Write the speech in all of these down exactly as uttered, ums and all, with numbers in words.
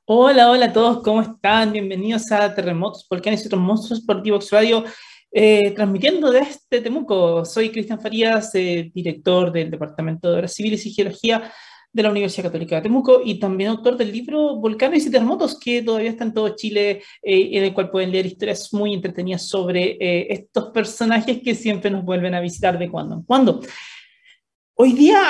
Hola, hola a todos, ¿cómo están? Bienvenidos a Terremotos, Volcanes y otros monstruos por Divox Radio, eh, transmitiendo desde Temuco. Soy Cristian Farías, eh, director del Departamento de Obras Civiles y Geología de la Universidad Católica de Temuco y también autor del libro Volcanes y Terremotos, que todavía está en todo Chile, eh, en el cual pueden leer historias muy entretenidas sobre eh, estos personajes que siempre nos vuelven a visitar de cuando en cuando. Hoy día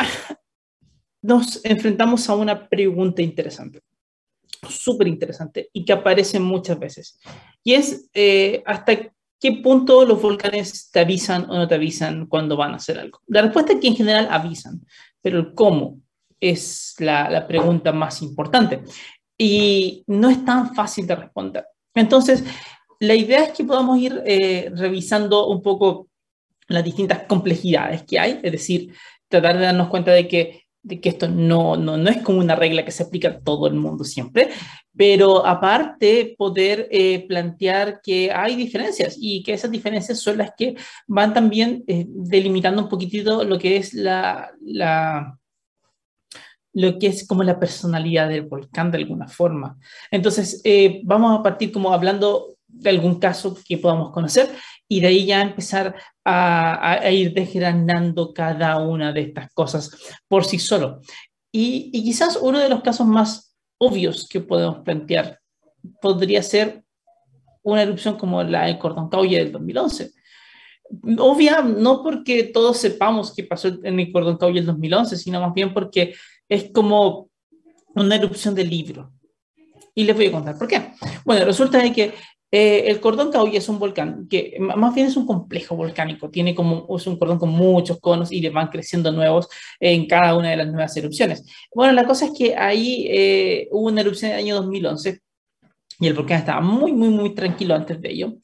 nos enfrentamos a una pregunta interesante, súper interesante y que aparece muchas veces. Y es eh, hasta qué punto los volcanes te avisan o no te avisan cuando van a hacer algo. La respuesta es que en general avisan, pero el cómo es la, la pregunta más importante. Y no es tan fácil de responder. Entonces, la idea es que podamos ir eh, revisando un poco las distintas complejidades que hay, es decir, tratar de darnos cuenta de que, de que esto no, no, no es como una regla que se aplica a todo el mundo siempre, pero aparte poder eh, plantear que hay diferencias y que esas diferencias son las que van también eh, delimitando un poquitito lo que es la, la lo que es como la personalidad del volcán de alguna forma. Entonces, eh, vamos a partir como hablando de algún caso que podamos conocer y de ahí ya empezar a, a ir desgranando cada una de estas cosas por sí solo. Y, y quizás uno de los casos más obvios que podemos plantear podría ser una erupción como la del Cordón Cauye del dos mil once. Obvia, no porque todos sepamos qué pasó en el Cordón Cauye el dos mil once, sino más bien porque es como una erupción del libro. Y les voy a contar por qué. Bueno, resulta de que eh, el Cordón Cauye es un volcán que más bien es un complejo volcánico, tiene como, es un cordón con muchos conos y le van creciendo nuevos en cada una de las nuevas erupciones. Bueno, la cosa es que ahí eh, hubo una erupción en el año dos mil once y el volcán estaba muy, muy, muy tranquilo antes de ello.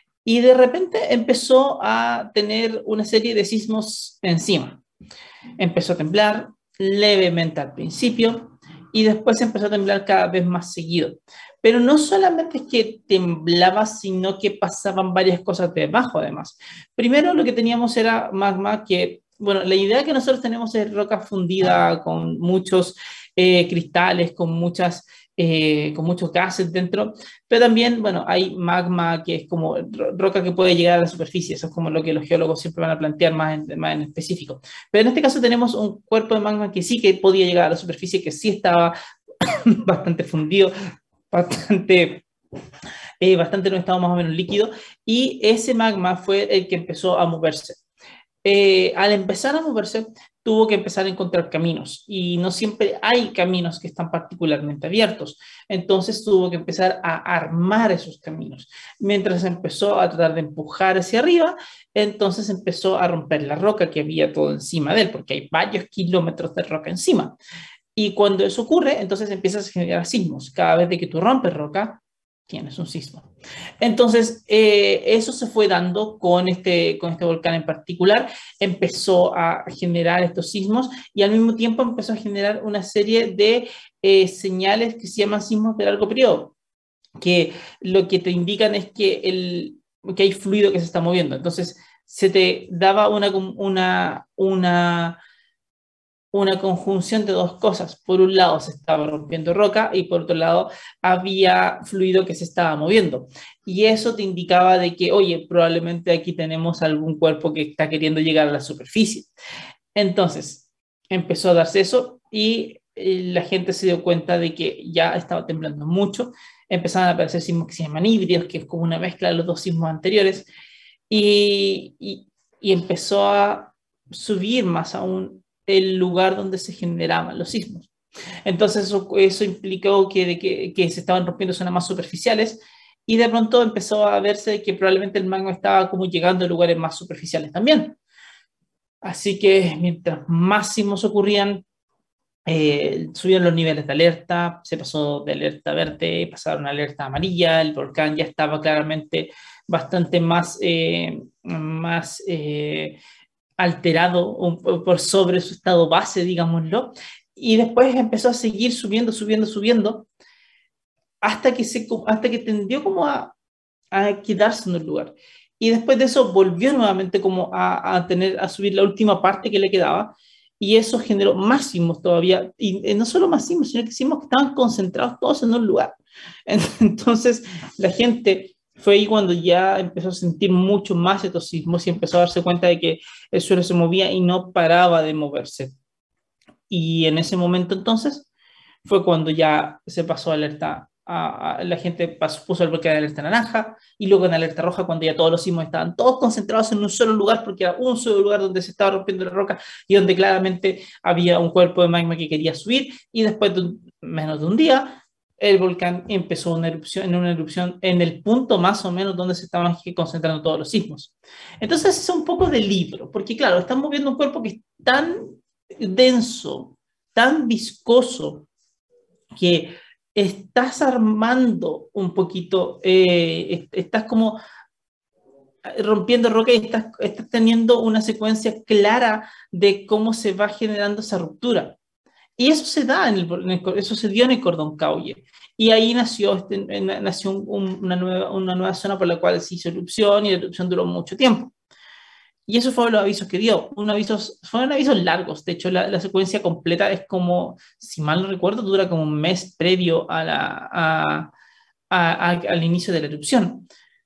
Y de repente empezó a tener una serie de sismos encima. Empezó a temblar levemente al principio y después empezó a temblar cada vez más seguido. Pero no solamente es que temblaba, sino que pasaban varias cosas debajo además. Primero lo que teníamos era magma que, bueno, la idea que nosotros tenemos es roca fundida con muchos eh, cristales, con muchas eh, con muchos gases dentro, pero también, bueno, hay magma que es como roca que puede llegar a la superficie, eso es como lo que los geólogos siempre van a plantear más en, más en específico. Pero en este caso tenemos un cuerpo de magma que sí que podía llegar a la superficie, que sí estaba bastante fundido, bastante, eh, bastante en un estado más o menos líquido, y ese magma fue el que empezó a moverse. Eh, al empezar a moverse, tuvo que empezar a encontrar caminos y no siempre hay caminos que están particularmente abiertos. Entonces tuvo que empezar a armar esos caminos. Mientras empezó a tratar de empujar hacia arriba, entonces empezó a romper la roca que había todo encima de él, porque hay varios kilómetros de roca encima. Y cuando eso ocurre, entonces empiezas a generar sismos. Cada vez de que tú rompes roca, tienes un sismo. Entonces, eh, eso se fue dando con este, con este volcán en particular. Empezó a generar estos sismos y al mismo tiempo empezó a generar una serie de eh, señales que se llaman sismos de largo periodo, que lo que te indican es que, el, que hay fluido que se está moviendo. Entonces, se te daba una, una, una una conjunción de dos cosas. Por un lado se estaba rompiendo roca y por otro lado había fluido que se estaba moviendo. Y eso te indicaba de que, oye, probablemente aquí tenemos algún cuerpo que está queriendo llegar a la superficie. Entonces, empezó a darse eso y eh, la gente se dio cuenta de que ya estaba temblando mucho. Empezaron a aparecer sismos que se llaman híbridos, que es como una mezcla de los dos sismos anteriores. Y, y, y empezó a subir más aún el lugar donde se generaban los sismos. Entonces eso, eso implicó que, de que, que, se estaban rompiendo zonas más superficiales y de pronto empezó a verse que probablemente el magma estaba como llegando a lugares más superficiales también. Así que mientras más sismos ocurrían, eh, subieron los niveles de alerta, se pasó de alerta verde, pasaron a alerta amarilla, el volcán ya estaba claramente bastante más, eh, más eh, alterado por sobre su estado base, digámoslo, y después empezó a seguir subiendo, subiendo, subiendo, hasta que, se, hasta que tendió como a, a quedarse en un lugar. Y después de eso volvió nuevamente como a, a tener, a subir la última parte que le quedaba, y eso generó más sismos todavía, y eh, no solo más sismos, sino que sismos que estaban concentrados todos en un lugar. Entonces, la gente fue ahí cuando ya empezó a sentir mucho más estos sismos y empezó a darse cuenta de que el suelo se movía y no paraba de moverse. Y en ese momento entonces fue cuando ya se pasó a alerta, a, a la gente pasó, puso el bloque de alerta naranja y luego en alerta roja cuando ya todos los sismos estaban todos concentrados en un solo lugar porque era un solo lugar donde se estaba rompiendo la roca y donde claramente había un cuerpo de magma que quería subir y después de un, menos de un día el volcán empezó una erupción, en una erupción en el punto más o menos donde se estaban concentrando todos los sismos. Entonces es un poco de libro, porque claro, están moviendo un cuerpo que es tan denso, tan viscoso, que estás armando un poquito, eh, estás como rompiendo roca y estás, estás teniendo una secuencia clara de cómo se va generando esa ruptura. Y eso se da en el, en el, eso se dio en el cordón Caulle. Y ahí nació, este, nació un, una, nueva, una nueva zona por la cual se hizo erupción y la erupción duró mucho tiempo. Y esos fueron los avisos que dio. Un avisos, fueron avisos largos. De hecho, la, la secuencia completa es como, si mal no recuerdo, dura como un mes previo a la, a, a, a, al inicio de la erupción.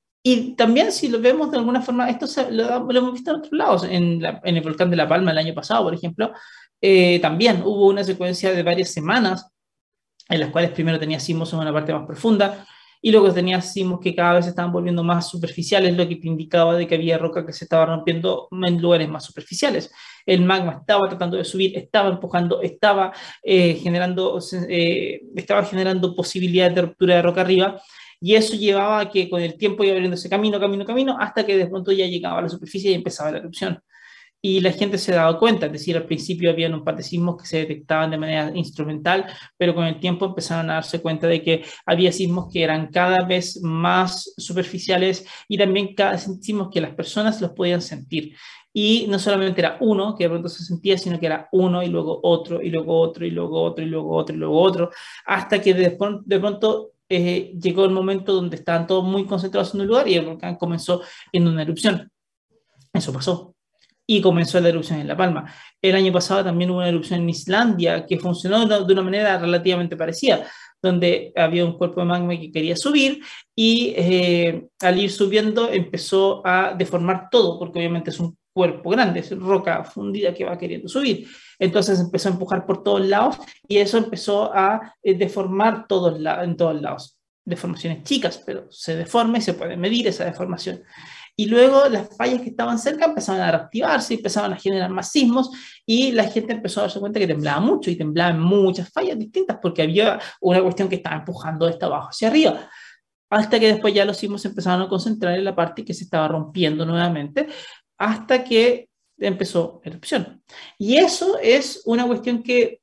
Y también, si lo vemos de alguna forma, esto se, lo, lo hemos visto en otros lados. En, la, en el volcán de La Palma el año pasado, por ejemplo, eh, también hubo una secuencia de varias semanas en las cuales primero tenía sismos en una parte más profunda y luego tenía sismos que cada vez se estaban volviendo más superficiales, lo que te indicaba de que había roca que se estaba rompiendo en lugares más superficiales. El magma estaba tratando de subir, estaba empujando, estaba, eh, generando, eh, estaba generando posibilidades de ruptura de roca arriba, y eso llevaba a que con el tiempo iba abriéndose camino, camino, camino, hasta que de pronto ya llegaba a la superficie y empezaba la erupción. Y la gente se daba cuenta, es decir, al principio había un par de sismos que se detectaban de manera instrumental, pero con el tiempo empezaron a darse cuenta de que había sismos que eran cada vez más superficiales y también cada sismos que las personas los podían sentir. Y no solamente era uno que de pronto se sentía, sino que era uno y luego otro y luego otro y luego otro y luego otro y luego otro, hasta que de, de pronto eh, llegó el momento donde estaban todos muy concentrados en un lugar y el volcán comenzó en una erupción. Eso pasó. Y comenzó la erupción en La Palma. El año pasado también hubo una erupción en Islandia que funcionó de una manera relativamente parecida, donde había un cuerpo de magma que quería subir y eh, al ir subiendo empezó a deformar todo, porque obviamente es un cuerpo grande, es roca fundida que va queriendo subir. Entonces empezó a empujar por todos lados y eso empezó a eh, deformar todos la, en todos lados. Deformaciones chicas, pero se deforma y se puede medir esa deformación. Y luego las fallas que estaban cerca empezaban a reactivarse, empezaban a generar más sismos y la gente empezó a darse cuenta que temblaba mucho y temblaban muchas fallas distintas porque había una cuestión que estaba empujando de esta abajo hacia arriba. Hasta que después ya los sismos empezaron a concentrar en la parte que se estaba rompiendo nuevamente hasta que empezó la erupción. Y eso es una cuestión que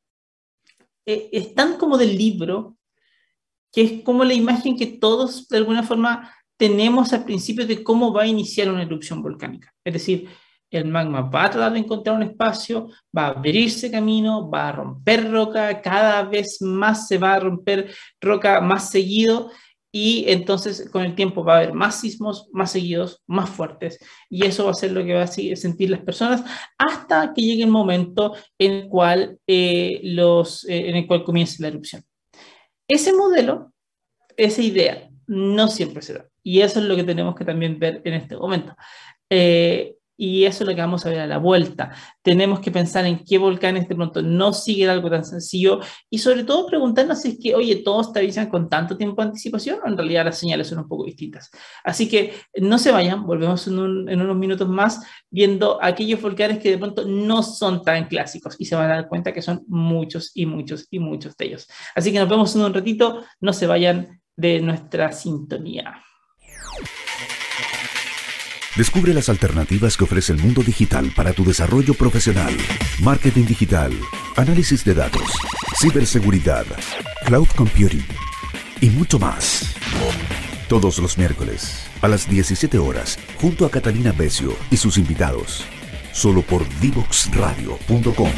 eh, es tan como del libro, que es como la imagen que todos de alguna forma tenemos al principio de cómo va a iniciar una erupción volcánica. Es decir, el magma va a tratar de encontrar un espacio, va a abrirse camino, va a romper roca, cada vez más se va a romper roca más seguido y entonces con el tiempo va a haber más sismos, más seguidos, más fuertes. Y eso va a ser lo que va a sentir las personas hasta que llegue el momento en el cual, eh, los, eh, en el cual comience la erupción. Ese modelo, esa idea, no siempre se da. Y eso es lo que tenemos que también ver en este momento. Eh, y eso es lo que vamos a ver a la vuelta. Tenemos que pensar en qué volcanes de pronto no siguen algo tan sencillo y sobre todo preguntarnos si es que, oye, todos te avisan con tanto tiempo de anticipación o en realidad las señales son un poco distintas. Así que no se vayan, volvemos en, un, en unos minutos más viendo aquellos volcanes que de pronto no son tan clásicos y se van a dar cuenta que son muchos y muchos y muchos de ellos. Así que nos vemos en un ratito, no se vayan de nuestra sintonía. Descubre las alternativas que ofrece el mundo digital para tu desarrollo profesional. Marketing digital, análisis de datos, ciberseguridad, cloud computing y mucho más. Todos los miércoles a las diecisiete horas, junto a Catalina Becio y sus invitados, solo por divox radio punto com.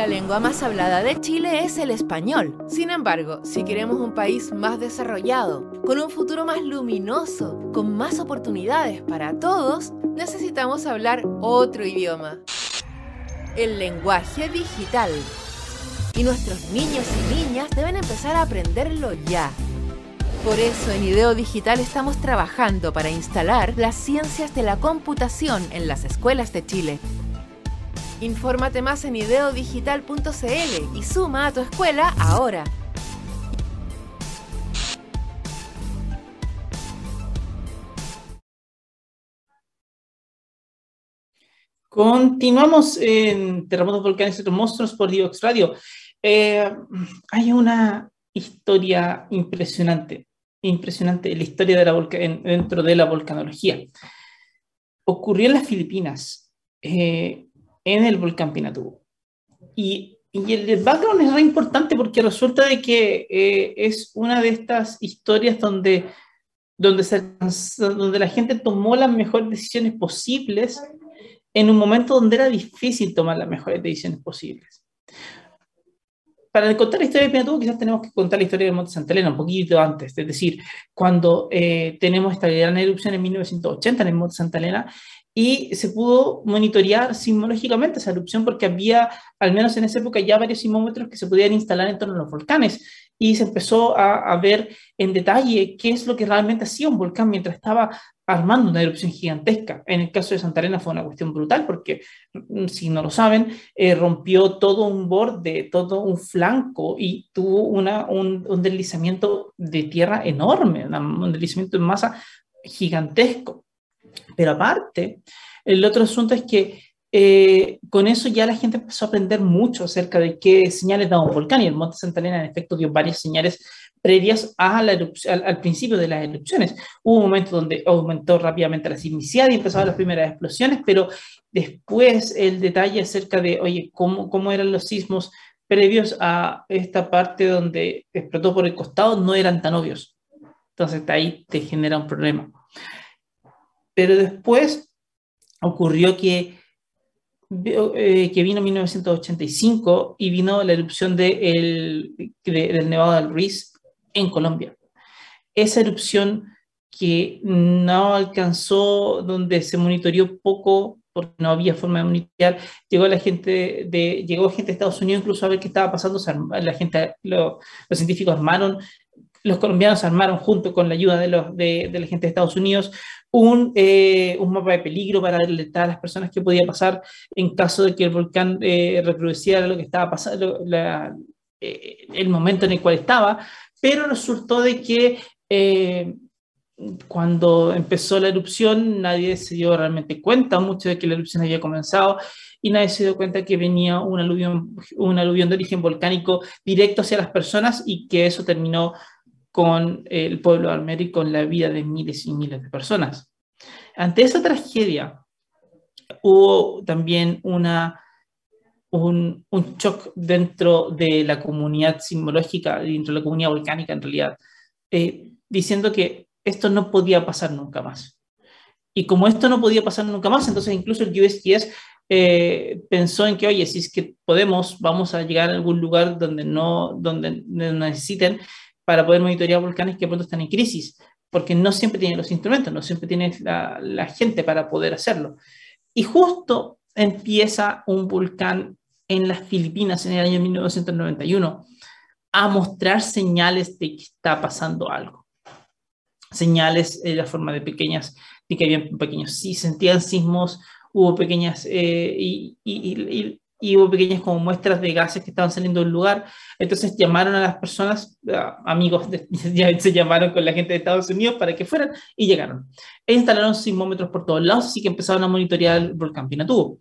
La lengua más hablada de Chile es el español. Sin embargo, si queremos un país más desarrollado, con un futuro más luminoso, con más oportunidades para todos, necesitamos hablar otro idioma: el lenguaje digital. Y nuestros niños y niñas deben empezar a aprenderlo ya. Por eso en IDEO Digital estamos trabajando para instalar las ciencias de la computación en las escuelas de Chile. Infórmate más en ideo digital punto c l y suma a tu escuela ahora. Continuamos en Terremotos, Volcanes y otros monstruos por Divox Radio. Eh, hay una historia impresionante, impresionante, la historia de la volca en, dentro de la volcanología. Ocurrió en las Filipinas, eh, en el volcán Pinatubo. Y, y el, el background es re importante porque resulta de que eh, es una de estas historias donde, donde, se, donde la gente tomó las mejores decisiones posibles en un momento donde era difícil tomar las mejores decisiones posibles. Para contar la historia de Pinatubo quizás tenemos que contar la historia del Monte Santa Elena un poquito antes, es decir, cuando eh, tenemos esta gran erupción en mil novecientos ochenta en el Monte Santa Elena y se pudo monitorear sismológicamente esa erupción porque había, al menos en esa época, ya varios sismómetros que se podían instalar en torno a los volcanes y se empezó a, a ver en detalle qué es lo que realmente hacía un volcán mientras estaba armando una erupción gigantesca. En el caso de Santa Elena fue una cuestión brutal porque, si no lo saben, eh, rompió todo un borde, todo un flanco y tuvo una, un, un deslizamiento de tierra enorme, una, un deslizamiento en masa gigantesco. Pero aparte, el otro asunto es que eh, con eso ya la gente empezó a aprender mucho acerca de qué señales daba un volcán y el Monte Santa Elena en efecto dio varias señales previas a la erupción, al, al principio de las erupciones. Hubo un momento donde aumentó rápidamente la sismicidad y empezaron las primeras explosiones, pero después el detalle acerca de, oye, cómo, cómo eran los sismos previos a esta parte donde explotó por el costado no eran tan obvios. Entonces ahí te genera un problema. Pero después ocurrió que, eh, que vino mil novecientos ochenta y cinco y vino la erupción de el, de, del Nevado del Ruiz en Colombia. Esa erupción que no alcanzó, donde se monitoreó poco, porque no había forma de monitorear, llegó la gente de, llegó gente de Estados Unidos incluso a ver qué estaba pasando, la gente, lo, los científicos armaron, los colombianos armaron junto con la ayuda de, los, de, de la gente de Estados Unidos un, eh, un mapa de peligro para alertar a las personas que podía pasar en caso de que el volcán eh, reproduciera lo que estaba pasando, la, eh, el momento en el cual estaba, pero resultó de que eh, cuando empezó la erupción nadie se dio realmente cuenta mucho de que la erupción había comenzado y nadie se dio cuenta que venía un aluvión, un aluvión de origen volcánico directo hacia las personas y que eso terminó con el pueblo de Almere y con la vida de miles y miles de personas. Ante esa tragedia hubo también una, un, un shock dentro de la comunidad sismológica, dentro de la comunidad volcánica en realidad, eh, diciendo que esto no podía pasar nunca más. Y como esto no podía pasar nunca más, entonces incluso el U S G S eh, pensó en que, oye, si es que podemos, vamos a llegar a algún lugar donde no, donde necesiten para poder monitorear volcanes que pronto están en crisis, porque no siempre tienen los instrumentos, no siempre tienen la, la gente para poder hacerlo. Y justo empieza un volcán en las Filipinas en el año mil novecientos noventa y uno a mostrar señales de que está pasando algo. Señales en la forma de pequeñas, de que había pequeños, sí, sentían sismos, hubo pequeñas, eh, y, y, y, y hubo pequeñas como muestras de gases que estaban saliendo del lugar. Entonces llamaron a las personas, uh, amigos, de, ya se llamaron con la gente de Estados Unidos para que fueran y llegaron. E instalaron sismómetros por todos lados, así que empezaron a monitorear el volcán Pinatubo.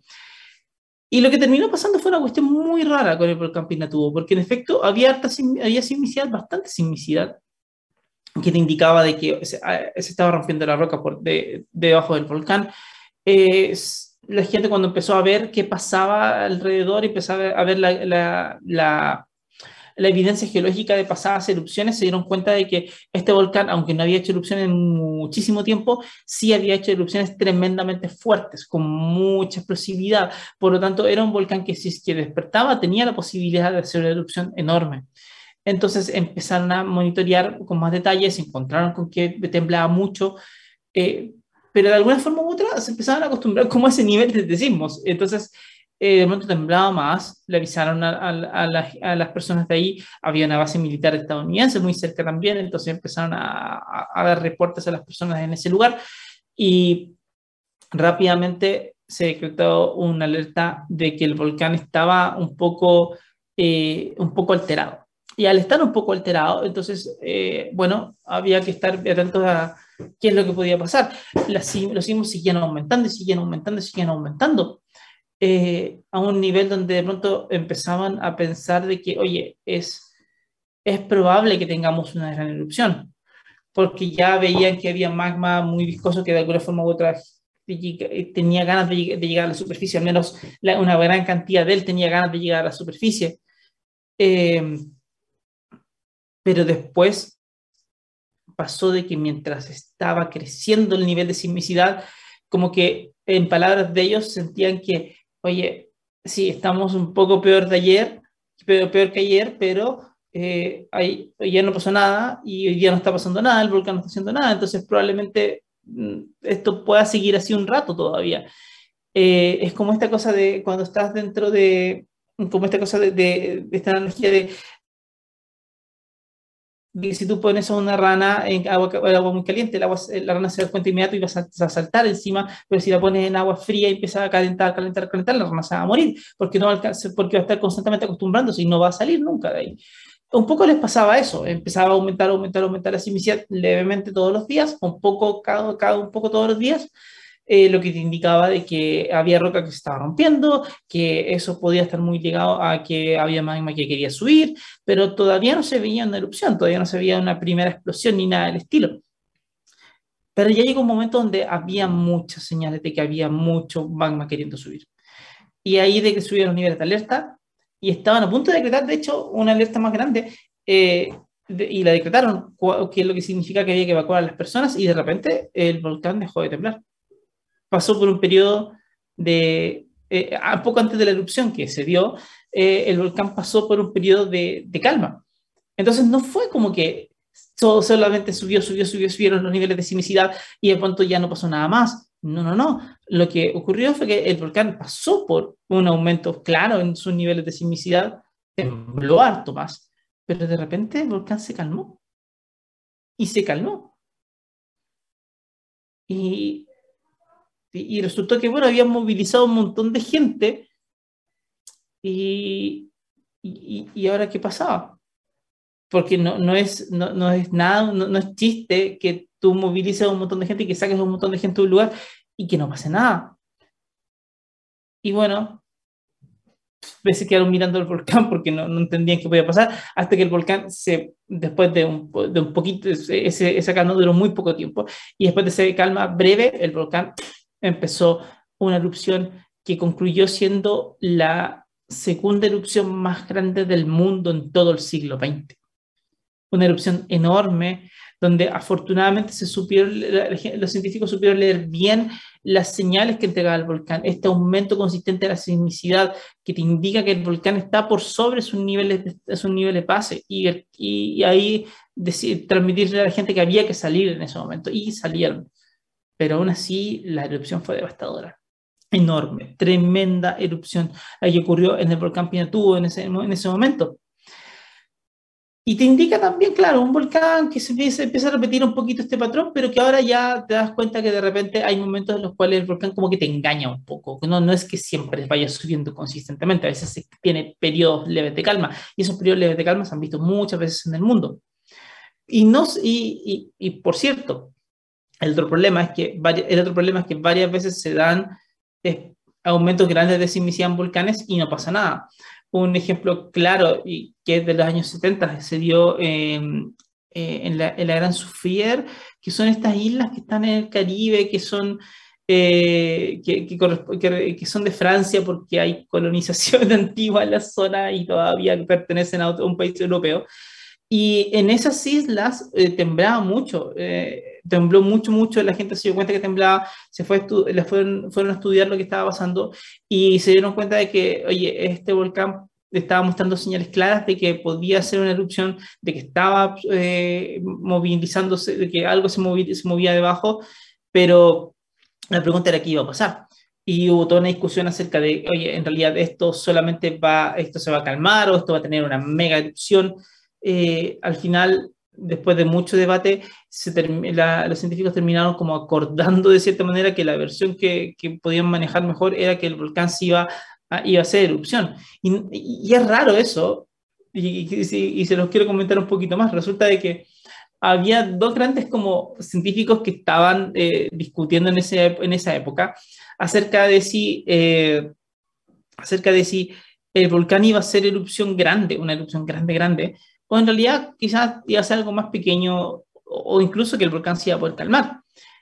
Y lo que terminó pasando fue una cuestión muy rara con el volcán Pinatubo, porque en efecto había, harta, había sismicidad, bastante sismicidad, que te indicaba de que se, se estaba rompiendo la roca por de, debajo del volcán. Eh, la gente cuando empezó a ver qué pasaba alrededor, empezó a ver la, la, la, la evidencia geológica de pasadas erupciones, se dieron cuenta de que este volcán, aunque no había hecho erupción en muchísimo tiempo, sí había hecho erupciones tremendamente fuertes, con mucha explosividad. Por lo tanto, era un volcán que si es que despertaba, tenía la posibilidad de hacer una erupción enorme. Entonces empezaron a monitorear con más detalles, se encontraron con que temblaba mucho, eh, pero de alguna forma u otra se empezaron a acostumbrar como a ese nivel de sismos. Entonces, eh, de momento temblaba más, le avisaron a, a, a, las, a las personas de ahí, había una base militar estadounidense muy cerca también, entonces empezaron a, a, a dar reportes a las personas en ese lugar y rápidamente se decretó una alerta de que el volcán estaba un poco, eh, un poco alterado. Y al estar un poco alterado, entonces, eh, bueno, había que estar atentos a qué es lo que podía pasar. Las, los sismos seguían aumentando y seguían aumentando y seguían aumentando, eh, a un nivel donde de pronto empezaban a pensar de que, oye, es, es probable que tengamos una gran erupción, porque ya veían que había magma muy viscoso que de alguna forma u otra tenía ganas de, de llegar a la superficie, al menos la, una gran cantidad de él tenía ganas de llegar a la superficie. Eh, pero después pasó de que mientras estaba creciendo el nivel de sismicidad, como que en palabras de ellos sentían que, oye, sí, estamos un poco peor de ayer, peor, peor que ayer, pero eh, ahí, ya no pasó nada y hoy día no está pasando nada, el volcán no está haciendo nada, entonces probablemente mm, esto pueda seguir así un rato todavía. Eh, es como esta cosa de cuando estás dentro de, como esta cosa de, de, de esta analogía de si tú pones a una rana en agua, en agua muy caliente, el agua, la rana se da cuenta inmediato y va a saltar encima, pero si la pones en agua fría y empieza a calentar, calentar, calentar, la rana se va a morir, porque, no alcanza, porque va a estar constantemente acostumbrándose y no va a salir nunca de ahí. Un poco les pasaba eso, empezaba a aumentar, aumentar, aumentar la sismicidad levemente todos los días, un poco, cada, cada un poco todos los días, Eh, lo que te indicaba de que había roca que se estaba rompiendo, que eso podía estar muy ligado a que había magma que quería subir, pero todavía no se veía una erupción, todavía no se veía una primera explosión ni nada del estilo. Pero ya llegó un momento donde había muchas señales de que había mucho magma queriendo subir. Y ahí de que subieron los niveles de alerta y estaban a punto de decretar, de hecho, una alerta más grande, eh, de, y la decretaron, que es lo que significa que había que evacuar a las personas, y de repente el volcán dejó de temblar. Pasó por un periodo de, eh, a poco antes de la erupción que se dio, eh, el volcán pasó por un periodo de, de calma. Entonces no fue como que todo solamente subió, subió, subió, subieron los niveles de sismicidad y de pronto ya no pasó nada más. No, no, no. Lo que ocurrió fue que el volcán pasó por un aumento claro en sus niveles de sismicidad, tembló harto más, pero de repente el volcán se calmó. Y se calmó. Y Y resultó que, bueno, habían movilizado un montón de gente y, y, y ahora ¿qué pasaba? Porque no, no, es, no, no es nada, no, no es chiste que tú movilices a un montón de gente y que saques a un montón de gente de un lugar y que no pase nada. Y bueno, a veces quedaron mirando el volcán porque no, no entendían qué podía pasar, hasta que el volcán, se, después de un, de un poquito, ese, esa calma duró muy poco tiempo, y después de esa calma breve, el volcán empezó una erupción que concluyó siendo la segunda erupción más grande del mundo en todo el siglo veinte. Una erupción enorme, donde afortunadamente se supieron, los científicos supieron leer bien las señales que entregaba el volcán, este aumento consistente de la sismicidad que te indica que el volcán está por sobre sus niveles de, sus niveles base, y, y, y ahí decir, transmitirle a la gente que había que salir en ese momento, y salieron. Pero aún así la erupción fue devastadora, enorme, tremenda erupción la que ocurrió en el volcán Pinatubo en ese, en ese momento. Y te indica también, claro, un volcán que se empieza, empieza a repetir un poquito este patrón, pero que ahora ya te das cuenta que de repente hay momentos en los cuales el volcán como que te engaña un poco, no, no es que siempre vaya subiendo consistentemente, a veces tiene periodos leves de calma, y esos periodos leves de calma se han visto muchas veces en el mundo. Y, no, y, y, y por cierto, el otro problema es que, el otro problema es que varias veces se dan eh, aumentos grandes de sismicidad en volcanes y no pasa nada. Un ejemplo claro, y que es de los años setenta, se dio eh, eh, en, la, en la Gran Soufrière, que son estas islas que están en el Caribe, que son eh, que, que, que, que son de Francia porque hay colonización antigua en la zona y todavía pertenecen a otro, un país europeo. Y en esas islas eh, temblaba mucho, eh, tembló mucho, mucho, la gente se dio cuenta que temblaba, se fue a fueron, fueron a estudiar lo que estaba pasando y se dieron cuenta de que, oye, este volcán estaba mostrando señales claras de que podía ser una erupción, de que estaba eh, movilizándose, de que algo se movía, se movía debajo, pero la pregunta era qué iba a pasar. Y hubo toda una discusión acerca de, oye, en realidad esto solamente va, esto se va a calmar o esto va a tener una mega erupción. Eh, al final, después de mucho debate, se la, los científicos terminaron como acordando de cierta manera que la versión que, que podían manejar mejor era que el volcán se iba a, iba a hacer erupción. Y, y, y es raro eso, y, y, y se los quiero comentar un poquito más. Resulta de que había dos grandes como científicos que estaban eh, discutiendo en, ese, en esa época acerca de si, eh, acerca de si el volcán iba a ser erupción grande, una erupción grande, grande, o en realidad quizás iba a ser algo más pequeño, o incluso que el volcán se iba a poder calmar.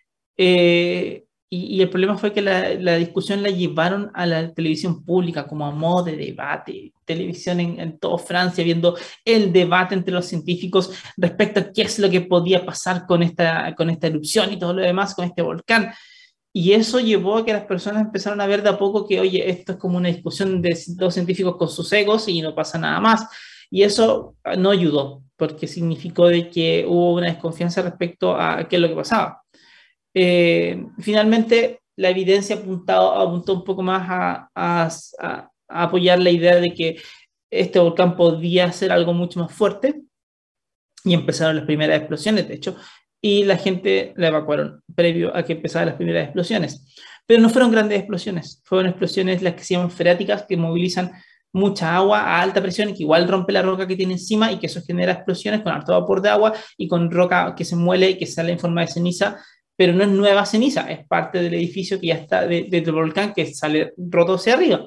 Eh, y, y el problema fue que la, la discusión la llevaron a la televisión pública como a modo de debate, televisión en, en toda Francia, viendo el debate entre los científicos respecto a qué es lo que podía pasar con esta, con esta erupción y todo lo demás, con este volcán. Y eso llevó a que las personas empezaron a ver de a poco que, oye, esto es como una discusión de dos científicos con sus egos y no pasa nada más. Y eso no ayudó, porque significó de que hubo una desconfianza respecto a qué es lo que pasaba. Eh, finalmente, la evidencia apuntado, apuntó un poco más a, a, a, a apoyar la idea de que este volcán podía ser algo mucho más fuerte, y empezaron las primeras explosiones, de hecho, y la gente la evacuaron previo a que empezaran las primeras explosiones. Pero no fueron grandes explosiones, fueron explosiones las que se llaman freáticas, que movilizan mucha agua a alta presión y que igual rompe la roca que tiene encima y que eso genera explosiones con alto vapor de agua y con roca que se muele y que sale en forma de ceniza, pero no es nueva ceniza, es parte del edificio que ya está, de, de, del volcán que sale roto hacia arriba.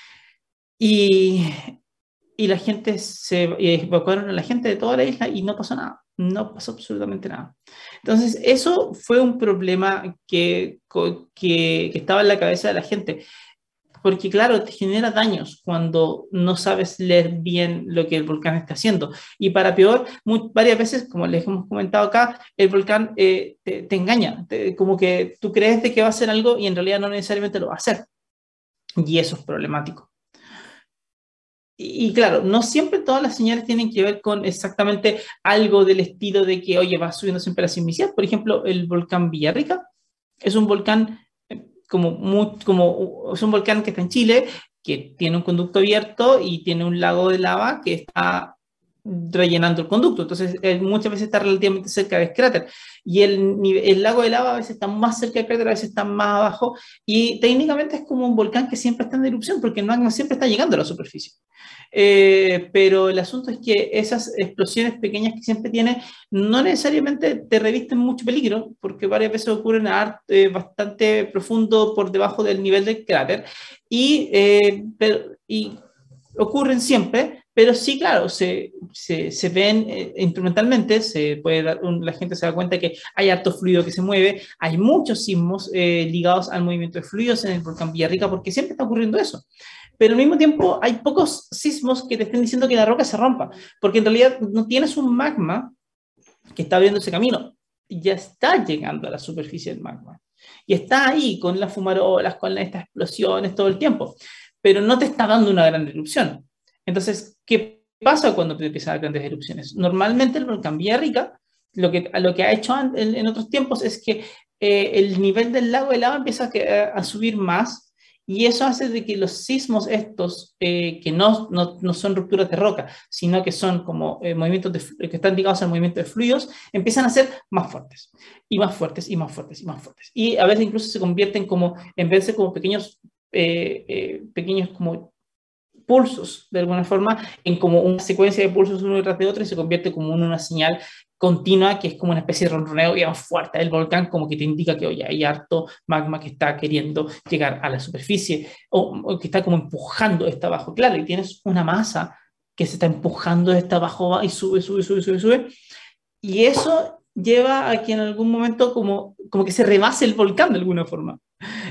Y, y la gente se evacuaron a la gente de toda la isla y no pasó nada, no pasó absolutamente nada. Entonces eso fue un problema que, que, que estaba en la cabeza de la gente. Porque claro, te genera daños cuando no sabes leer bien lo que el volcán está haciendo. Y para peor, muy, varias veces, como les hemos comentado acá, el volcán eh, te, te engaña. Te, como que tú crees de que va a hacer algo y en realidad no necesariamente lo va a hacer. Y eso es problemático. Y, y claro, no siempre todas las señales tienen que ver con exactamente algo del estilo de que, oye, va subiendo siempre la sismicidad. Por ejemplo, el volcán Villarrica es un volcán... Como, muy, como es un volcán que está en Chile, que tiene un conducto abierto y tiene un lago de lava que está rellenando el conducto. Entonces, él muchas veces está relativamente cerca del cráter. Y el, el lago de lava a veces está más cerca del cráter, a veces está más abajo. Y técnicamente es como un volcán que siempre está en erupción, porque el magma siempre está llegando a la superficie. Eh, pero el asunto es que esas explosiones pequeñas que siempre tiene no necesariamente te revisten mucho peligro, porque varias veces ocurren a eh, bastante profundo por debajo del nivel del cráter, y, eh, pero, y ocurren siempre, pero sí, claro, se, se, se ven eh, instrumentalmente, se puede dar, un, la gente se da cuenta que hay harto fluido que se mueve, hay muchos sismos eh, ligados al movimiento de fluidos en el volcán Villarrica, porque siempre está ocurriendo eso. Pero al mismo tiempo hay pocos sismos que te estén diciendo que la roca se rompa, porque en realidad no tienes un magma que está abriendo ese camino, ya está llegando a la superficie del magma, y está ahí con las fumarolas, con estas explosiones todo el tiempo, pero no te está dando una gran erupción. Entonces, ¿qué pasa cuando te empiezan las grandes erupciones? Normalmente el volcán Villarrica, lo que, lo que ha hecho en, en otros tiempos es que eh, el nivel del lago de lava empieza a, a subir más, y eso hace de que los sismos estos, eh, que no, no, no son rupturas de roca, sino que son como eh, movimientos de, que están ligados al movimiento de fluidos, empiezan a ser más fuertes, y más fuertes, y más fuertes, y más fuertes. Y a veces incluso se convierten como, en vez de como pequeños, eh, eh, pequeños como pulsos, de alguna forma, en como una secuencia de pulsos uno detrás de otro, y se convierte como en una señal continua, que es como una especie de ronroneo bien fuerte del volcán, como que te indica que, oye, hay harto magma que está queriendo llegar a la superficie, o, o que está como empujando esta abajo. Claro, y tienes una masa que se está empujando esta abajo y sube, sube, sube, sube, sube, y eso lleva a que en algún momento como, como que se rebase el volcán de alguna forma.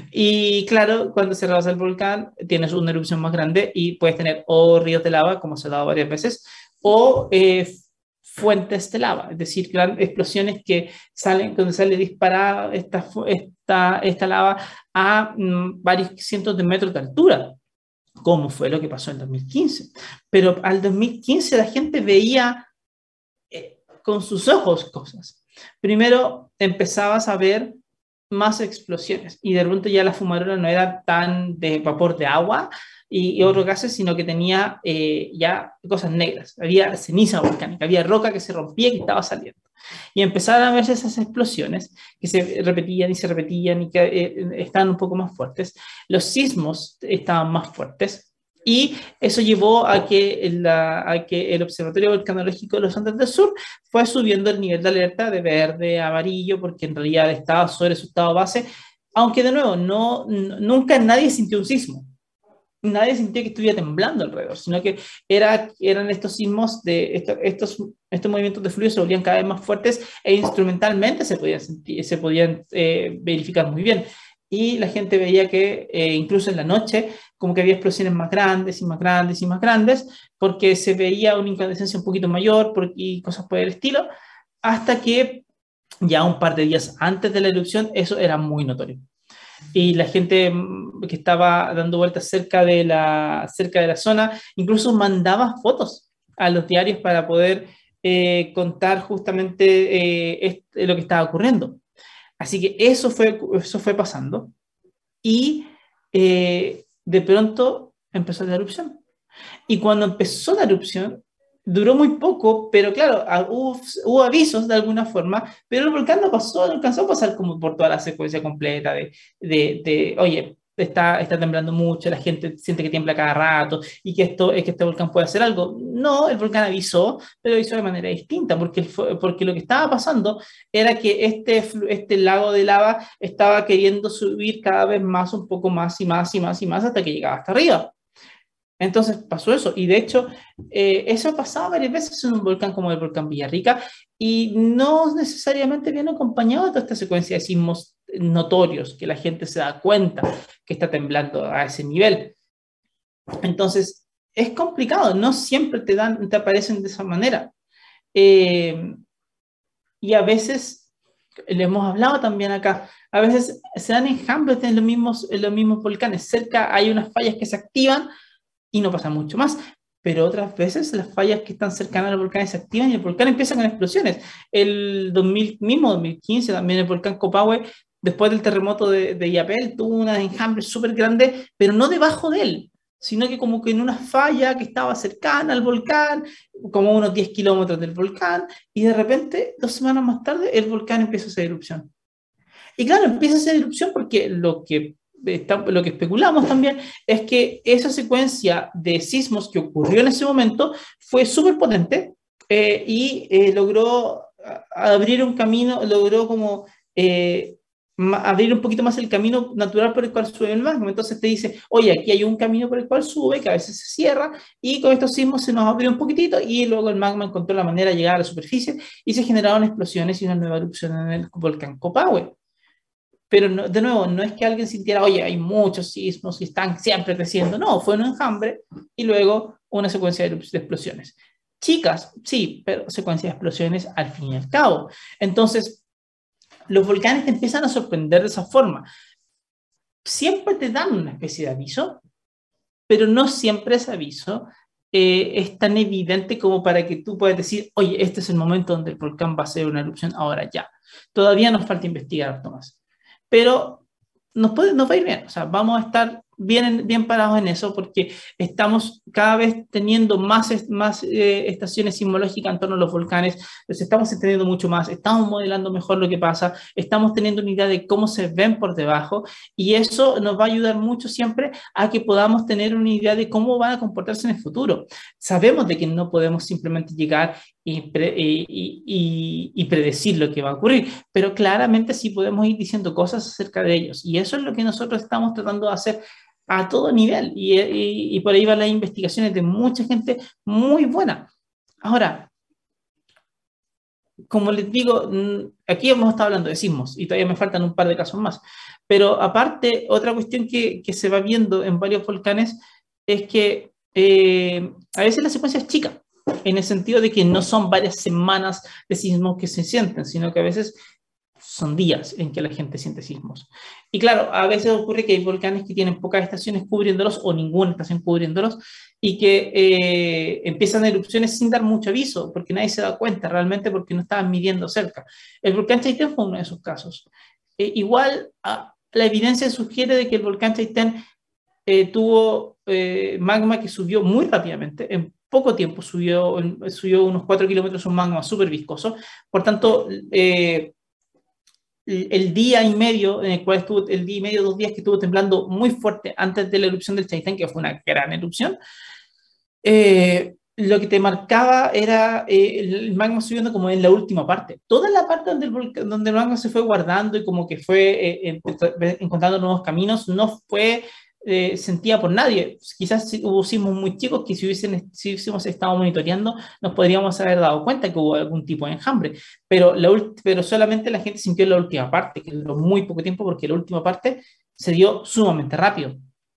Y claro, cuando se rebasa el volcán, tienes una erupción más grande y puedes tener o ríos de lava, como se ha dado varias veces, o eh, fuentes de lava, es decir, grandes explosiones que salen, donde sale disparada esta, esta, esta lava a mm, varios cientos de metros de altura, como fue lo que pasó en dos mil quince. Pero al dos mil quince la gente veía eh, con sus ojos cosas. Primero empezabas a ver más explosiones y de repente ya la fumarola no era tan de vapor de agua y, y otros gases, sino que tenía eh, ya cosas negras, había ceniza volcánica, había roca que se rompía y que estaba saliendo. Y empezaron a verse esas explosiones que se repetían y se repetían y que eh, estaban un poco más fuertes. Los sismos estaban más fuertes. Y eso llevó a que, la, a que el Observatorio Volcanológico de los Andes del Sur fue subiendo el nivel de alerta de verde a amarillo, porque en realidad estaba sobre su estado base, aunque de nuevo, no, nunca nadie sintió un sismo. Nadie sintió que estuviera temblando alrededor, sino que era, eran estos sismos, de estos, estos, estos movimientos de fluido se volvían cada vez más fuertes e instrumentalmente se podían, sentir, se podían eh, verificar muy bien. Y la gente veía que eh, incluso en la noche como que había explosiones más grandes y más grandes y más grandes, porque se veía una incandescencia un poquito mayor por, y cosas por el estilo, hasta que ya un par de días antes de la erupción eso era muy notorio. Y la gente que estaba dando vueltas cerca de la, cerca de la zona incluso mandaba fotos a los diarios para poder eh, contar justamente eh, este, lo que estaba ocurriendo. Así que eso fue, eso fue pasando y eh, de pronto empezó la erupción. Y cuando empezó la erupción, duró muy poco, pero claro, hubo, hubo avisos de alguna forma, pero el volcán no pasó, no alcanzó a pasar como por toda la secuencia completa de, de, de oye, está, está temblando mucho, la gente siente que tiembla cada rato y que, esto, es que este volcán puede hacer algo. No, el volcán avisó, pero avisó de manera distinta, porque, porque lo que estaba pasando era que este, este lago de lava estaba queriendo subir cada vez más, un poco más y más y más y más hasta que llegaba hasta arriba. Entonces pasó eso, y de hecho eh, eso ha pasado varias veces en un volcán como el volcán Villarrica, y no necesariamente viene acompañado de toda esta secuencia de sismos notorios, que la gente se da cuenta que está temblando a ese nivel. Entonces es complicado, no siempre te, dan, te aparecen de esa manera. Eh, y a veces, le hemos hablado también acá, a veces se dan enjambres en los mismos, en los mismos volcanes, cerca hay unas fallas que se activan, y no pasa mucho más. Pero otras veces las fallas que están cercanas al volcán se activan y el volcán empieza con explosiones. El dos mil, mismo dos mil quince también el volcán Copahue, después del terremoto de, de Illapel, tuvo una enjambre súper grande, pero no debajo de él, sino que como que en una falla que estaba cercana al volcán, como unos diez kilómetros del volcán, y de repente, dos semanas más tarde, el volcán empieza a hacer erupción. Y claro, empieza a hacer erupción porque lo que lo que especulamos también es que esa secuencia de sismos que ocurrió en ese momento fue súper potente eh, y eh, logró abrir un camino, logró como eh, abrir un poquito más el camino natural por el cual sube el magma. Entonces te dice, oye, aquí hay un camino por el cual sube, que a veces se cierra, y con estos sismos se nos abrió un poquitito, y luego el magma encontró la manera de llegar a la superficie, y se generaron explosiones y una nueva erupción en el volcán Copahue. Pero no, de nuevo, no es que alguien sintiera, oye, hay muchos sismos y están siempre creciendo. No, fue un enjambre y luego una secuencia de explosiones. Chicas, sí, pero secuencia de explosiones al fin y al cabo. Entonces, los volcanes te empiezan a sorprender de esa forma. Siempre te dan una especie de aviso, pero no siempre ese aviso eh, es tan evidente como para que tú puedas decir, oye, este es el momento donde el volcán va a hacer una erupción ahora ya. Todavía nos falta investigar harto más. Pero nos, puede, nos va a ir bien, o sea, vamos a estar bien, bien parados en eso porque estamos cada vez teniendo más, más eh, estaciones sismológicas en torno a los volcanes, los estamos entendiendo mucho más, estamos modelando mejor lo que pasa, estamos teniendo una idea de cómo se ven por debajo y eso nos va a ayudar mucho siempre a que podamos tener una idea de cómo van a comportarse en el futuro. Sabemos de que no podemos simplemente llegar y, pre, y, y, y predecir lo que va a ocurrir, pero claramente sí podemos ir diciendo cosas acerca de ellos y eso es lo que nosotros estamos tratando de hacer a todo nivel y, y, y por ahí van las investigaciones de mucha gente muy buena. Ahora, como les digo, aquí hemos estado hablando de sismos y todavía me faltan un par de casos más, pero aparte, otra cuestión que, que se va viendo en varios volcanes es que eh, a veces la secuencia es chica, en el sentido de que no son varias semanas de sismos que se sienten, sino que a veces son días en que la gente siente sismos. Y claro, a veces ocurre que hay volcanes que tienen pocas estaciones cubriéndolos o ninguna estación cubriéndolos y que eh, empiezan erupciones sin dar mucho aviso, porque nadie se da cuenta realmente porque no estaban midiendo cerca. El volcán Chaitén fue uno de esos casos. Eh, igual, a, la evidencia sugiere de que el volcán Chaitén eh, tuvo eh, magma que subió muy rápidamente, en poco tiempo subió, subió unos cuatro kilómetros un magma súper viscoso, por tanto, eh, el día y medio, en el cual estuvo, el día y medio, dos días que estuvo temblando muy fuerte antes de la erupción del Chaitén, que fue una gran erupción, eh, lo que te marcaba era eh, el magma subiendo como en la última parte. Toda la parte donde el, volcán, donde el magma se fue guardando y como que fue eh, encontrando nuevos caminos, no fue eh, sentida por nadie. Quizás hubo sismos muy chicos que si, hubiesen, si hubiésemos estado monitoreando nos podríamos haber dado cuenta que hubo algún tipo de enjambre, pero, la, pero solamente la gente sintió la última parte, que duró muy poco tiempo porque la última parte se dio sumamente rápido.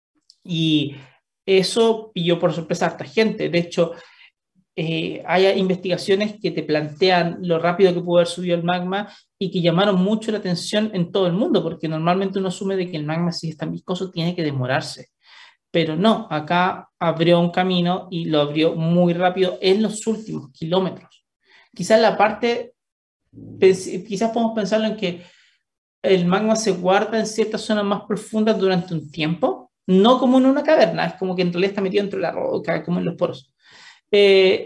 Y eso pilló por sorpresa a harta gente. De hecho, eh, hay investigaciones que te plantean lo rápido que pudo haber subido el magma y que llamaron mucho la atención en todo el mundo, porque normalmente uno asume de que el magma, si es tan viscoso, tiene que demorarse. Pero no, acá abrió un camino y lo abrió muy rápido en los últimos kilómetros. Quizás la parte, quizás podemos pensarlo en que el magma se guarda en ciertas zonas más profundas durante un tiempo, no como en una caverna, es como que en realidad está metido dentro de la roca, como en los poros. Eh,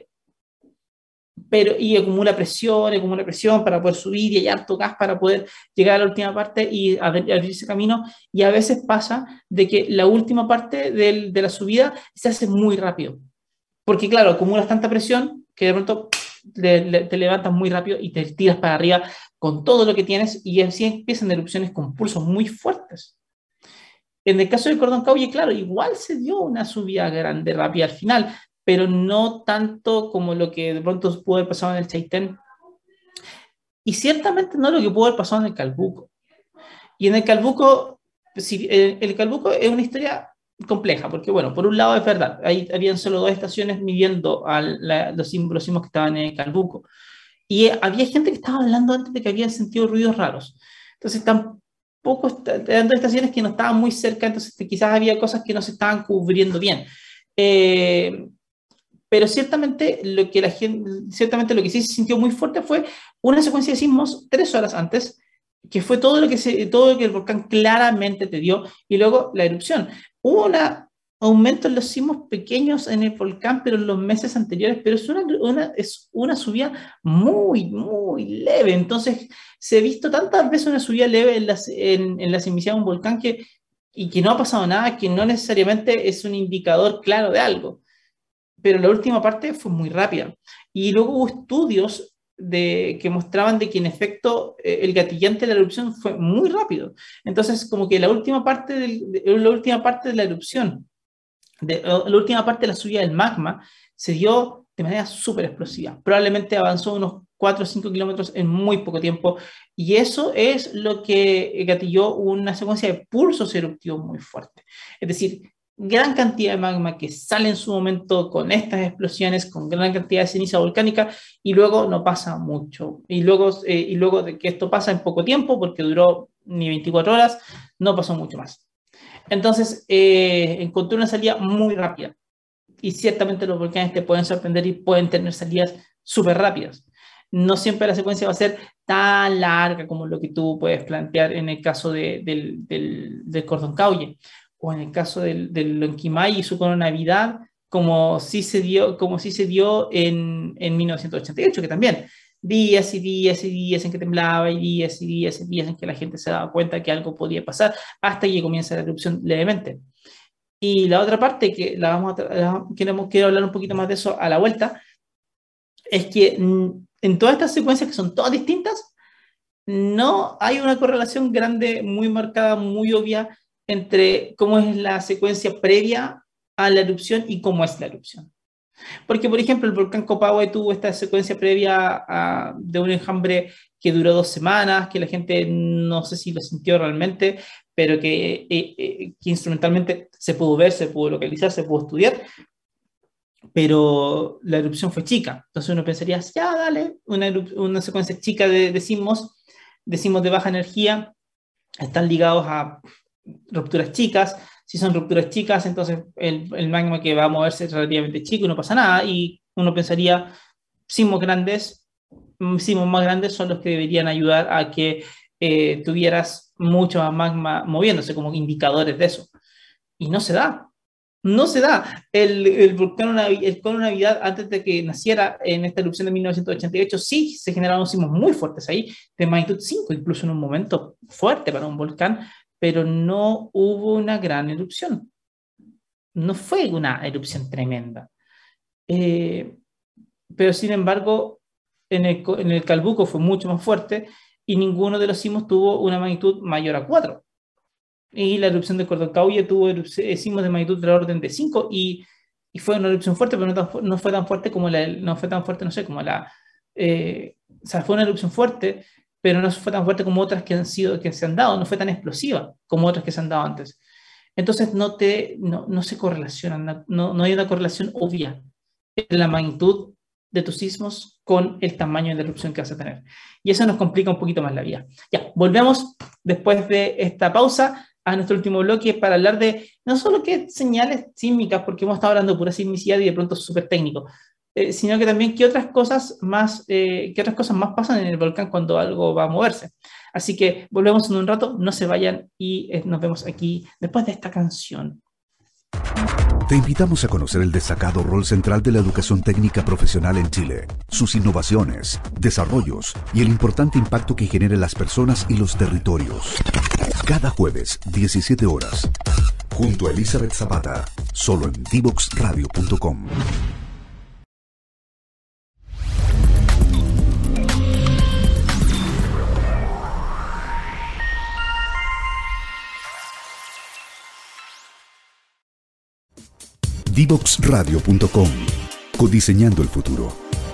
pero, y acumula presión, acumula presión para poder subir y hay harto gas para poder llegar a la última parte y abrir, abrir ese camino, y a veces pasa de que la última parte del, de la subida se hace muy rápido, porque claro, acumulas tanta presión que de pronto le, le, te levantas muy rápido y te tiras para arriba con todo lo que tienes y así empiezan erupciones con pulsos muy fuertes. En el caso del Cordón Caulle, claro, igual se dio una subida grande, rápida al final, pero no tanto como lo que de pronto pudo haber pasado en el Chaitén. Y ciertamente no lo que pudo haber pasado en el Calbuco. Y en el Calbuco, si, el, el Calbuco es una historia compleja, porque bueno, por un lado es verdad, ahí habían solo dos estaciones midiendo a la, los símbolos que estaban en el Calbuco. Y había gente que estaba hablando antes de que habían sentido ruidos raros. Entonces tampoco, eran dos estaciones que no estaban muy cerca, entonces quizás había cosas que no se estaban cubriendo bien. Eh, Pero ciertamente lo que la gente, ciertamente lo que sí se sintió muy fuerte fue una secuencia de sismos tres horas antes, que fue todo lo que, se, todo lo que el volcán claramente te dio, y luego la erupción. Hubo un aumento en los sismos pequeños en el volcán, pero en los meses anteriores, pero es una, una, es una subida muy, muy leve. Entonces, se ha visto tantas veces una subida leve en las, en, en las emisiones de un volcán que, y que no ha pasado nada, que no necesariamente es un indicador claro de algo. Pero la última parte fue muy rápida. Y luego hubo estudios de, que mostraban de que en efecto eh, el gatillante de la erupción fue muy rápido. Entonces, como que la última parte, del, de, la, última parte de la erupción, de, la última parte de la subida del magma, se dio de manera súper explosiva. Probablemente avanzó unos cuatro o cinco kilómetros en muy poco tiempo. Y eso es lo que gatilló una secuencia de pulsos eruptivos muy fuerte. Es decir, gran cantidad de magma que sale en su momento con estas explosiones, con gran cantidad de ceniza volcánica, y luego no pasa mucho. Y luego, eh, y luego de que esto pasa en poco tiempo, porque duró ni veinticuatro horas, no pasó mucho más. Entonces, eh, encontré una salida muy rápida. Y ciertamente los volcanes te pueden sorprender y pueden tener salidas súper rápidas. No siempre la secuencia va a ser tan larga como lo que tú puedes plantear en el caso de, del, del, del Cordón Caulle, o en el caso del, del Lonquimay y su coronavidad, como sí se dio, como sí se dio en, en mil novecientos ochenta y ocho, que también días y días y días en que temblaba y días y días y días en que la gente se daba cuenta que algo podía pasar hasta que comienza la erupción levemente. Y la otra parte, que la vamos a la, queremos, quiero hablar un poquito más de eso a la vuelta, es que en todas estas secuencias que son todas distintas, no hay una correlación grande, muy marcada, muy obvia, entre cómo es la secuencia previa a la erupción y cómo es la erupción. Porque, por ejemplo, el volcán Copahue tuvo esta secuencia previa a, de un enjambre que duró dos semanas, que la gente no sé si lo sintió realmente, pero que, eh, eh, que instrumentalmente se pudo ver, se pudo localizar, se pudo estudiar, pero la erupción fue chica. Entonces uno pensaría, ya, dale, una, una secuencia chica de, de sismos, de sismos de baja energía, están ligados a rupturas chicas. Si son rupturas chicas, entonces el, el magma que va a moverse es relativamente chico y no pasa nada. Y uno pensaría, sismos grandes, sismos más grandes son los que deberían ayudar a que eh, tuvieras mucho más magma moviéndose, como indicadores de eso. Y no se da. No se da. El, el volcán, el cono Navidad, antes de que naciera en esta erupción de mil novecientos ochenta y ocho, sí se generaron sismos muy fuertes ahí, de magnitud cinco, incluso en un momento fuerte para un volcán, pero no hubo una gran erupción. No fue una erupción tremenda. Eh, pero sin embargo, en el, en el Calbuco fue mucho más fuerte y ninguno de los sismos tuvo una magnitud mayor a cuatro. Y la erupción de Cordocaulle tuvo sismos de magnitud de la orden de cinco y, y fue una erupción fuerte, pero no, tan, no fue tan fuerte como la, no fue tan fuerte, no sé, como la, eh, o sea, fue una erupción fuerte, pero no fue tan fuerte como otras que han sido, que se han dado, no fue tan explosiva como otras que se han dado antes. Entonces no, te, no, no se correlacionan, no, no hay una correlación obvia entre la magnitud de tus sismos con el tamaño de la erupción que vas a tener. Y eso nos complica un poquito más la vida. Ya, volvemos después de esta pausa a nuestro último bloque para hablar de no solo qué señales sísmicas, porque hemos estado hablando de pura sismicidad y de pronto súper técnico, eh, sino que también qué otras cosas más, eh, qué otras cosas más pasan en el volcán cuando algo va a moverse. Así que volvemos en un rato, no se vayan y eh, nos vemos aquí después de esta canción. Te invitamos a conocer el destacado rol central de la educación técnica profesional en Chile, sus innovaciones, desarrollos y el importante impacto que genera en las personas y los territorios. Cada jueves, diecisiete horas, junto a Elizabeth Zapata, solo en divox radio punto com. divox radio punto com, codiseñando el futuro.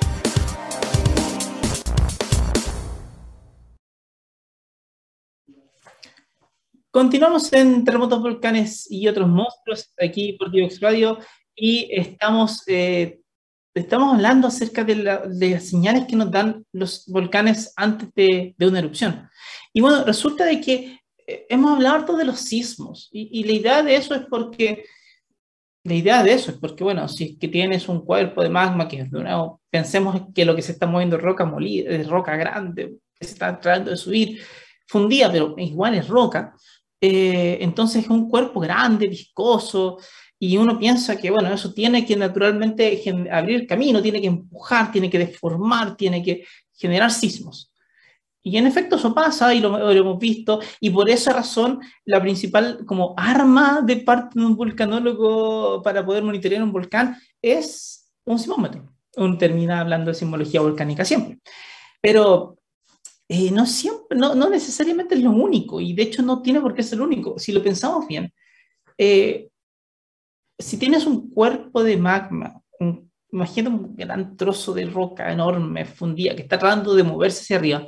Continuamos en Terremotos, Volcanes y otros monstruos aquí por Divox Radio y estamos, eh, estamos hablando acerca de, la, de las señales que nos dan los volcanes antes de, de una erupción. Y bueno, resulta de que eh, hemos hablado harto de los sismos y, y la idea de eso es porque La idea de eso es porque, bueno, si es que tienes un cuerpo de magma que, de nuevo, pensemos que lo que se está moviendo es roca molida, es roca grande, que se está tratando de subir, fundida, pero igual es roca, eh, entonces es un cuerpo grande, viscoso, y uno piensa que, bueno, eso tiene que naturalmente abrir camino, tiene que empujar, tiene que deformar, tiene que generar sismos. Y en efecto eso pasa y lo, lo hemos visto, y por esa razón la principal como arma de parte de un vulcanólogo para poder monitorear un volcán es un sismómetro. Uno termina hablando de sismología volcánica siempre. Pero eh, no, siempre, no, no necesariamente es lo único, y de hecho no tiene por qué ser lo único. Si lo pensamos bien, eh, si tienes un cuerpo de magma, un, imagina un gran trozo de roca enorme, fundida, que está tratando de moverse hacia arriba.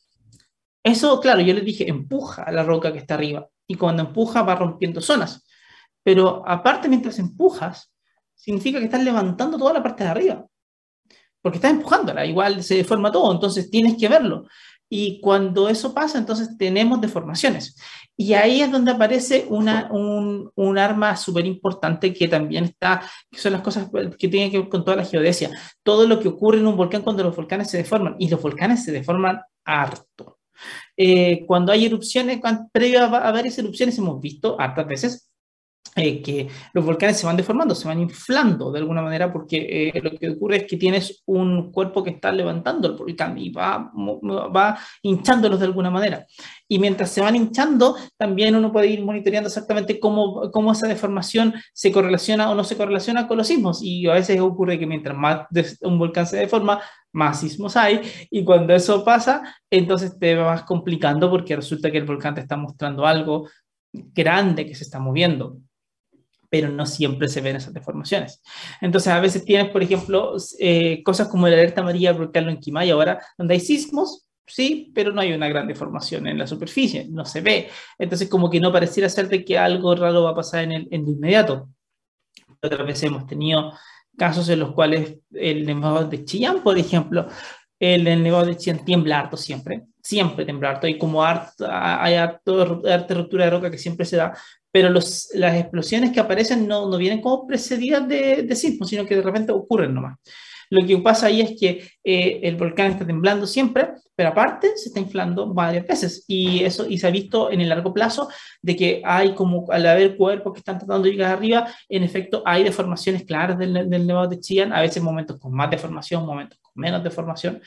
Eso, claro, yo les dije, empuja a la roca que está arriba. Y cuando empuja va rompiendo zonas. Pero aparte, mientras empujas, significa que estás levantando toda la parte de arriba. Porque estás empujándola, igual se deforma todo, entonces tienes que verlo. Y cuando eso pasa, entonces tenemos deformaciones. Y ahí es donde aparece una, un, un arma súper importante que también está, que son las cosas que tienen que ver con toda la geodesia. Todo lo que ocurre en un volcán cuando los volcanes se deforman. Y los volcanes se deforman harto. Eh, cuando hay erupciones, previo a, a varias erupciones hemos visto hartas veces eh, que los volcanes se van deformando, se van inflando de alguna manera porque eh, lo que ocurre es que tienes un cuerpo que está levantando el volcán y va, va hinchándolos de alguna manera. Y mientras se van hinchando, también uno puede ir monitoreando exactamente cómo, cómo esa deformación se correlaciona o no se correlaciona con los sismos. Y a veces ocurre que mientras más un volcán se deforma, más sismos hay, y cuando eso pasa, entonces te vas complicando porque resulta que el volcán te está mostrando algo grande que se está moviendo. pero no siempre se ven esas deformaciones. Entonces, a veces tienes, por ejemplo, eh, cosas como la alerta amarilla por volcán Lonquimay ahora, donde hay sismos, sí, pero no hay una gran deformación en la superficie, no se ve. Entonces, como que no pareciera ser de que algo raro va a pasar en el, en el inmediato. Otras veces hemos tenido casos en los cuales el nevado de Chillán, por ejemplo, el, el nevado de Chillán tiembla harto siempre, siempre tiembla harto, y como harto, hay harto, harta ruptura de roca que siempre se da, pero los, las explosiones que aparecen no, no vienen como precedidas de, de sismos, sino que de repente ocurren nomás. Lo que pasa ahí es que eh, el volcán está temblando siempre, pero aparte se está inflando varias veces, y eso y se ha visto en el largo plazo de que hay como, al haber cuerpos que están tratando de llegar arriba, en efecto hay deformaciones claras del, del nevado de Chillán, a veces momentos con más deformación, momentos con menos deformación,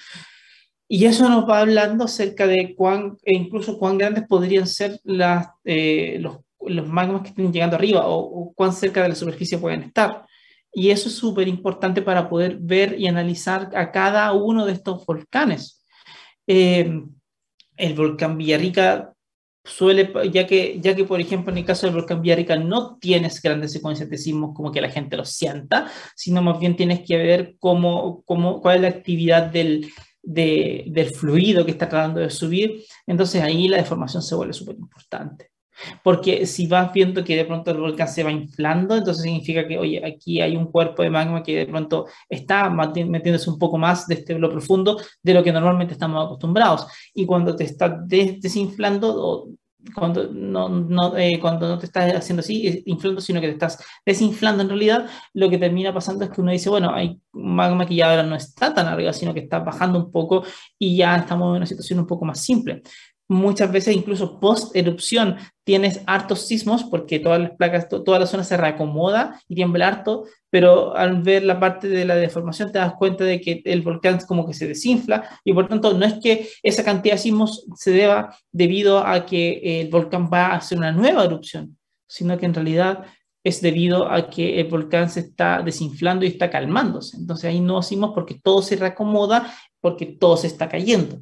y eso nos va hablando acerca de cuán, e incluso cuán grandes podrían ser las, eh, los, los magmas que estén llegando arriba, o, o cuán cerca de la superficie pueden estar. Y eso es súper importante para poder ver y analizar a cada uno de estos volcanes. Eh, el volcán Villarrica suele, ya que, ya que por ejemplo en el caso del volcán Villarrica no tienes grandes secuencias de sismos como que la gente lo sienta, sino más bien tienes que ver cómo, cómo, cuál es la actividad del, de, del fluido que está tratando de subir. Entonces ahí la deformación se vuelve súper importante. Porque si vas viendo que de pronto el volcán se va inflando, entonces significa que, oye, aquí hay un cuerpo de magma que de pronto está metiéndose un poco más de este lo profundo de lo que normalmente estamos acostumbrados. Y cuando te estás des desinflando, o cuando no, no, eh, cuando no te estás haciendo así, inflando, sino que te estás desinflando en realidad, lo que termina pasando es que uno dice, bueno, hay magma que ya ahora no está tan arriba, sino que está bajando un poco y ya estamos en una situación un poco más simple. Muchas veces, incluso post-erupción, tienes hartos sismos porque todas las placas, to toda la zona se reacomoda y tiembla harto, pero al ver la parte de la deformación te das cuenta de que el volcán como que se desinfla, y por tanto no es que esa cantidad de sismos se deba debido a que el volcán va a hacer una nueva erupción, sino que en realidad es debido a que el volcán se está desinflando y está calmándose. Entonces ahí no sismos porque todo se reacomoda, porque todo se está cayendo.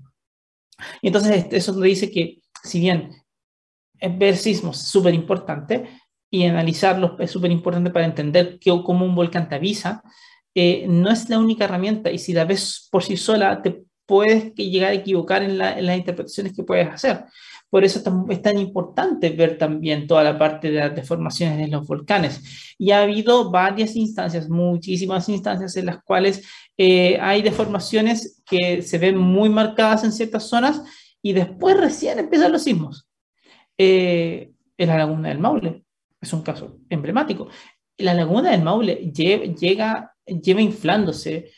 Y entonces eso nos dice que, si bien ver sismos es súper importante y analizarlos es súper importante para entender que, cómo un volcán te avisa, eh, no es la única herramienta, y si la ves por sí sola te puedes llegar a equivocar en, la, en las interpretaciones que puedes hacer. Por eso es tan importante ver también toda la parte de las deformaciones de los volcanes. Y ha habido varias instancias, muchísimas instancias en las cuales eh, hay deformaciones que se ven muy marcadas en ciertas zonas y después recién empiezan los sismos. Eh, en la Laguna del Maule es un caso emblemático. La Laguna del Maule llega, lleva inflándose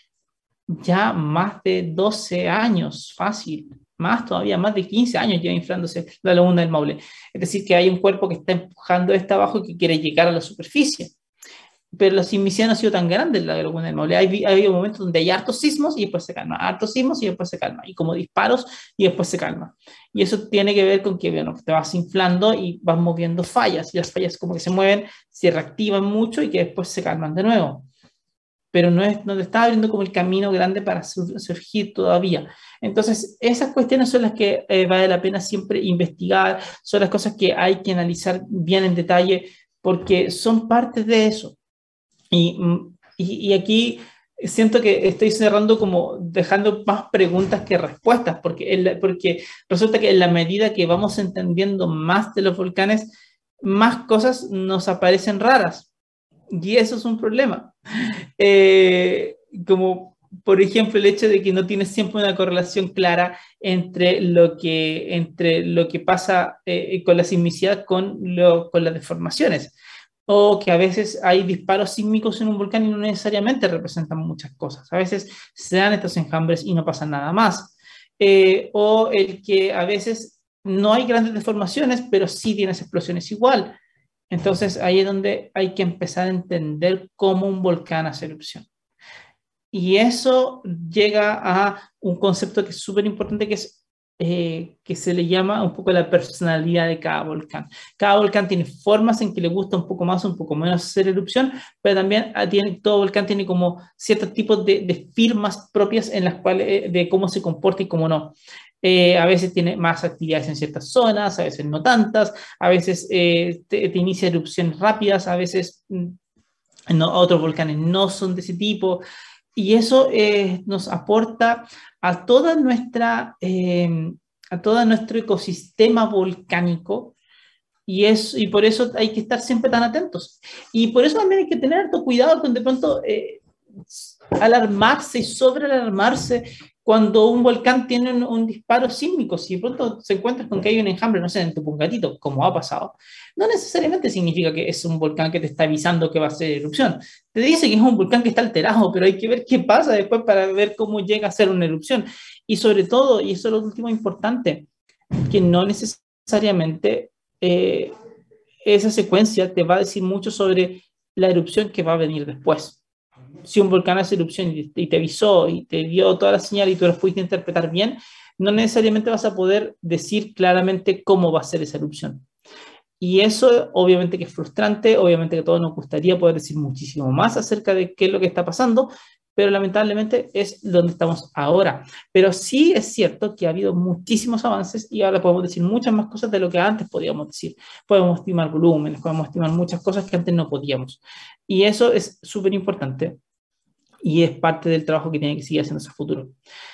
ya más de doce años, fácil. Más todavía, más de quince años lleva inflándose la Laguna del Maule. Es decir, que hay un cuerpo que está empujando esta abajo y que quiere llegar a la superficie. Pero la sismicidad no ha sido tan grande en la Laguna del Maule. Hay, ha habido momentos donde hay hartos sismos y después se calma, hartos sismos y después se calma, y como disparos y después se calma. Y eso tiene que ver con que, bueno, te vas inflando y vas moviendo fallas, y las fallas como que se mueven, se reactivan mucho y que después se calman de nuevo. Pero no, es, no te está abriendo como el camino grande para surgir todavía. Entonces, esas cuestiones son las que eh, vale la pena siempre investigar, son las cosas que hay que analizar bien en detalle, porque son parte de eso. Y, y, y aquí siento que estoy cerrando como dejando más preguntas que respuestas, porque, el, porque resulta que en la medida que vamos entendiendo más de los volcanes, más cosas nos aparecen raras. Y eso es un problema. Eh, como por ejemplo el hecho de que no tienes siempre una correlación clara entre lo que, entre lo que pasa eh, con la sismicidad con, lo, con las deformaciones. O que a veces hay disparos sísmicos en un volcán y no necesariamente representan muchas cosas. A veces se dan estos enjambres y no pasa nada más. Eh, o el que a veces no hay grandes deformaciones, pero sí tienes explosiones igual. Entonces ahí es donde hay que empezar a entender cómo un volcán hace erupción. Y eso llega a un concepto que es súper importante, que es eh, que se le llama un poco la personalidad de cada volcán. Cada volcán tiene formas en que le gusta un poco más o un poco menos hacer erupción, pero también tiene, todo volcán tiene como ciertos tipos de, de firmas propias en las cuales, de cómo se comporta y cómo no. Eh, a veces tiene más actividades en ciertas zonas, a veces no tantas, a veces eh, te, te inicia erupciones rápidas, a veces no, otros volcanes no son de ese tipo. Y eso eh, nos aporta a toda nuestra, eh, a todo nuestro ecosistema volcánico. Y, es, y por eso hay que estar siempre tan atentos. Y por eso también hay que tener harto cuidado con de pronto eh, alarmarse y sobrealarmarse cuando un volcán tiene un, un disparo sísmico. Si de pronto se encuentras con que hay un enjambre, no sé, en Tupungatito, como ha pasado, no necesariamente significa que es un volcán que te está avisando que va a ser erupción. Te dice que es un volcán que está alterado, pero hay que ver qué pasa después para ver cómo llega a ser una erupción. Y sobre todo, y eso es lo último importante, que no necesariamente Eh, esa secuencia te va a decir mucho sobre la erupción que va a venir después. Si un volcán hace erupción y te, y te avisó y te dio toda la señal y tú las pudiste interpretar bien, no necesariamente vas a poder decir claramente cómo va a ser esa erupción. Y eso obviamente que es frustrante, obviamente que a todos nos gustaría poder decir muchísimo más acerca de qué es lo que está pasando, pero lamentablemente es donde estamos ahora. Pero sí es cierto que ha habido muchísimos avances y ahora podemos decir muchas más cosas de lo que antes podíamos decir. Podemos estimar volúmenes, podemos estimar muchas cosas que antes no podíamos. Y eso es súper importante y es parte del trabajo que tiene que seguir haciendo ese futuro.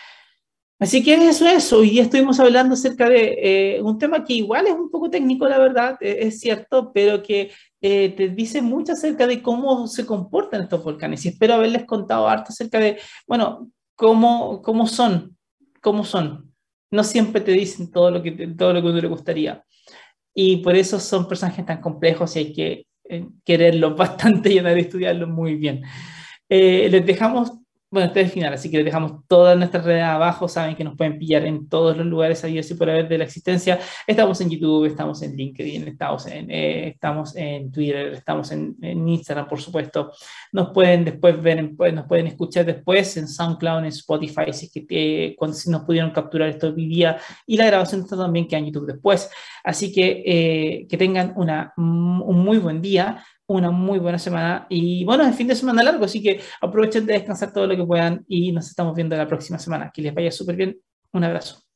Así que eso es, hoy día estuvimos hablando acerca de eh, un tema que igual es un poco técnico, la verdad, eh, es cierto, pero que eh, te dice mucho acerca de cómo se comportan estos volcanes. Y espero haberles contado harto acerca de, bueno, cómo, cómo son, cómo son. No siempre te dicen todo lo que, todo lo que a uno le gustaría. Y por eso son personajes tan complejos y hay que eh, quererlos bastante y andar a estudiarlos muy bien. Eh, les dejamos... Bueno, este es el final, así que les dejamos todas nuestras redes abajo. Saben que nos pueden pillar en todos los lugares ahí así por haber de la existencia. Estamos en YouTube, estamos en LinkedIn, estamos en, eh, estamos en Twitter, estamos en, en Instagram, por supuesto. Nos pueden después ver, en, nos pueden escuchar después en SoundCloud, en Spotify, si es que eh, cuando si nos pudieron capturar esto hoy día. Y la grabación está también queda en YouTube después. Así que eh, que tengan una, un muy buen día, una muy buena semana y bueno, es fin de semana largo, así que aprovechen de descansar todo lo que puedan y nos estamos viendo la próxima semana. Que les vaya súper bien. Un abrazo.